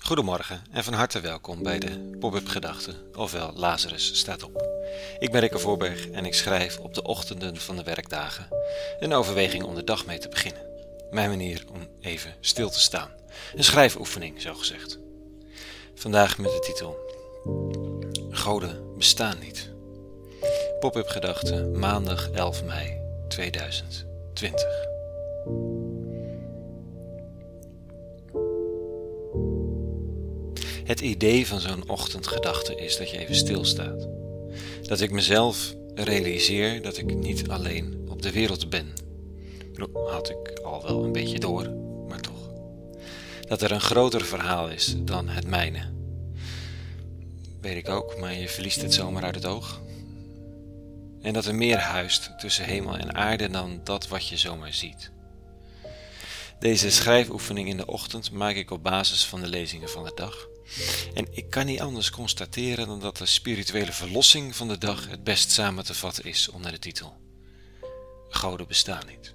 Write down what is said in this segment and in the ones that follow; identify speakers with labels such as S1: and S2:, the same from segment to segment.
S1: Goedemorgen en van harte welkom bij de Pop-up Gedachten, ofwel Lazarus staat op. Ik ben Rikke Voorberg en ik schrijf op de ochtenden van de werkdagen een overweging om de dag mee te beginnen. Mijn manier om even stil te staan. Een schrijfoefening, zo gezegd. Vandaag met de titel Goden bestaan niet. Pop-up Gedachten, maandag 11 mei 2020. Het idee van zo'n ochtendgedachte is dat je even stilstaat. Dat ik mezelf realiseer dat ik niet alleen op de wereld ben. Had ik al wel een beetje door, maar toch. Dat er een groter verhaal is dan het mijne. Weet ik ook, maar je verliest het zomaar uit het oog. En dat er meer huist tussen hemel en aarde dan dat wat je zomaar ziet. Deze schrijfoefening in de ochtend maak ik op basis van de lezingen van de dag. En ik kan niet anders constateren dan dat de spirituele verlossing van de dag het best samen te vatten is onder de titel Goden bestaan niet.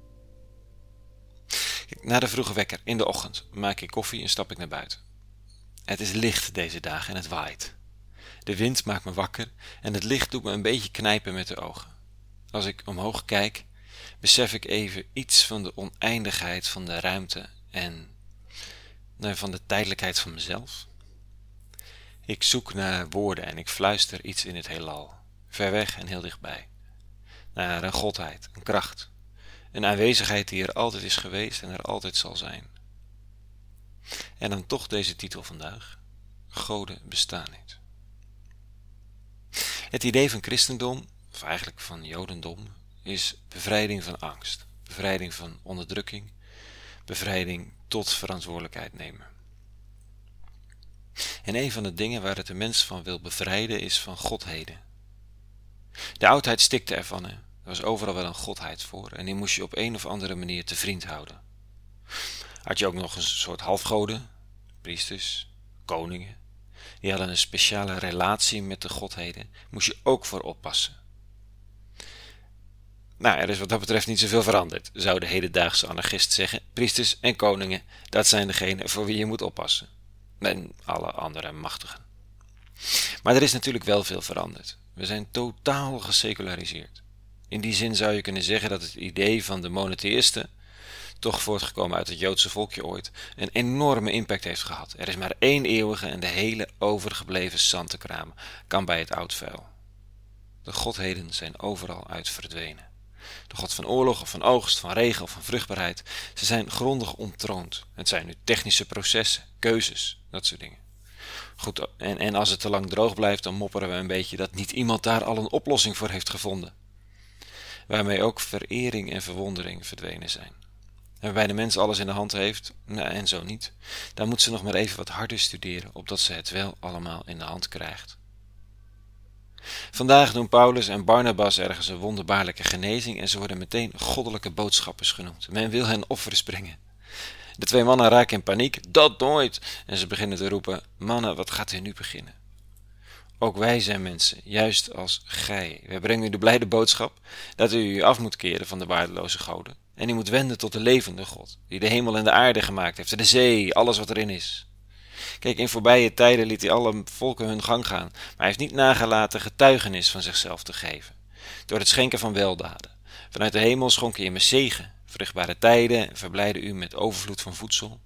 S1: Kijk, na de vroege wekker in de ochtend maak ik koffie en stap ik naar buiten. Het is licht deze dagen en het waait. De wind maakt me wakker en het licht doet me een beetje knijpen met de ogen. Als ik omhoog kijk, besef ik even iets van de oneindigheid van de ruimte en van de tijdelijkheid van mezelf. Ik zoek naar woorden en ik fluister iets in het heelal, ver weg en heel dichtbij. Naar een godheid, een kracht, een aanwezigheid die er altijd is geweest en er altijd zal zijn. En dan toch deze titel vandaag, Goden bestaan niet. Het idee van christendom, of eigenlijk van jodendom, is bevrijding van angst, bevrijding van onderdrukking, bevrijding tot verantwoordelijkheid nemen. En een van de dingen waar het de mens van wil bevrijden is van godheden. De oudheid stikte ervan, hè. Er was overal wel een godheid voor en die moest je op een of andere manier te vriend houden. Had je ook nog een soort halfgoden, priesters, koningen. Die hadden een speciale relatie met de godheden, moest je ook voor oppassen. Nou, er is wat dat betreft niet zoveel veranderd, zou de hedendaagse anarchist zeggen. Priesters en koningen, dat zijn degenen voor wie je moet oppassen. En alle andere machtigen. Maar er is natuurlijk wel veel veranderd. We zijn totaal geseculariseerd. In die zin zou je kunnen zeggen dat het idee van de monotheïsten, toch voortgekomen uit het Joodse volkje ooit, een enorme impact heeft gehad. Er is maar één eeuwige en de hele overgebleven zantenkraam kan bij het oud vuil. De godheden zijn overal uit verdwenen. De god van oorlog of van oogst, van regen of van vruchtbaarheid. Ze zijn grondig onttroond. Het zijn nu technische processen, keuzes, dat soort dingen. Goed, en als het te lang droog blijft, dan mopperen we een beetje dat niet iemand daar al een oplossing voor heeft gevonden. Waarmee ook verering en verwondering verdwenen zijn. En waarbij de mens alles in de hand heeft, en zo niet, dan moet ze nog maar even wat harder studeren, opdat ze het wel allemaal in de hand krijgt. Vandaag doen Paulus en Barnabas ergens een wonderbaarlijke genezing en ze worden meteen goddelijke boodschappers genoemd. Men wil hen offers brengen. De twee mannen raken in paniek, dat nooit! En ze beginnen te roepen, mannen, wat gaat er nu beginnen? Ook wij zijn mensen, juist als gij. Wij brengen u de blijde boodschap dat u af moet keren van de waardeloze goden. En u moet wenden tot de levende God, die de hemel en de aarde gemaakt heeft, de zee, alles wat erin is. Kijk, in voorbije tijden liet hij alle volken hun gang gaan, maar hij heeft niet nagelaten getuigenis van zichzelf te geven. Door het schenken van weldaden. Vanuit de hemel schonk hij immers zegen, vruchtbare tijden en verblijde u met overvloed van voedsel.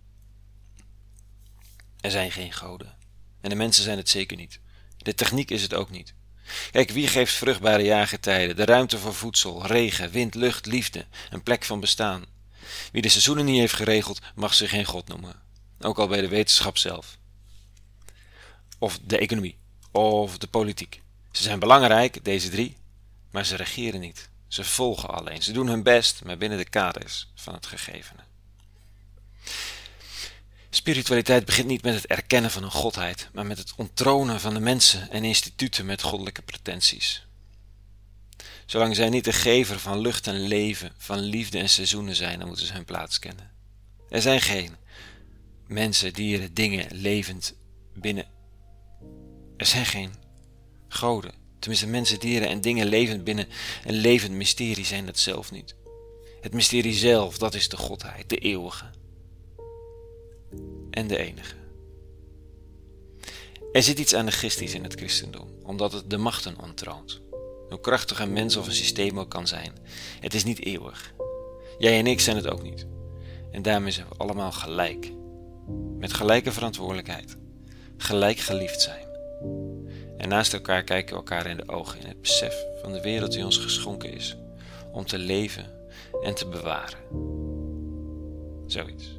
S1: Er zijn geen goden. En de mensen zijn het zeker niet. De techniek is het ook niet. Kijk, wie geeft vruchtbare jaargetijden, de ruimte voor voedsel, regen, wind, lucht, liefde, een plek van bestaan? Wie de seizoenen niet heeft geregeld, mag zich geen God noemen. Ook al bij de wetenschap zelf. Of de economie. Of de politiek. Ze zijn belangrijk, deze drie, maar ze regeren niet. Ze volgen alleen. Ze doen hun best, maar binnen de kaders van het gegevene. Spiritualiteit begint niet met het erkennen van een godheid, maar met het onttronen van de mensen en instituten met goddelijke pretenties. Zolang zij niet de gever van lucht en leven, van liefde en seizoenen zijn, dan moeten ze hun plaats kennen. Er zijn geen mensen, dieren, dingen levend binnen. Er zijn geen goden. Tenminste, mensen, dieren en dingen levend binnen een levend mysterie zijn dat zelf niet. Het mysterie zelf, dat is de godheid, de eeuwige. En de enige. Er zit iets anarchistisch in het christendom, omdat het de machten ontroont. Hoe krachtig een mens of een systeem ook kan zijn, het is niet eeuwig. Jij en ik zijn het ook niet. En daarmee zijn we allemaal gelijk. Met gelijke verantwoordelijkheid. Gelijk geliefd zijn. En naast elkaar kijken we elkaar in de ogen in het besef van de wereld die ons geschonken is. Om te leven en te bewaren. Zoiets.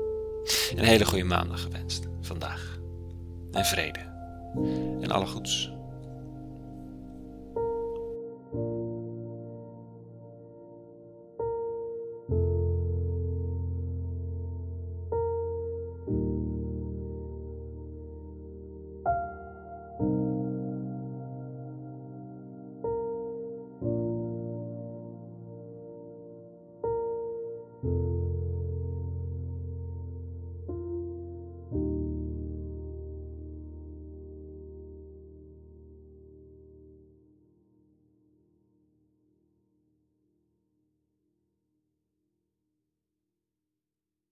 S1: Een hele goede maandag gewenst vandaag. En vrede. En alle goeds.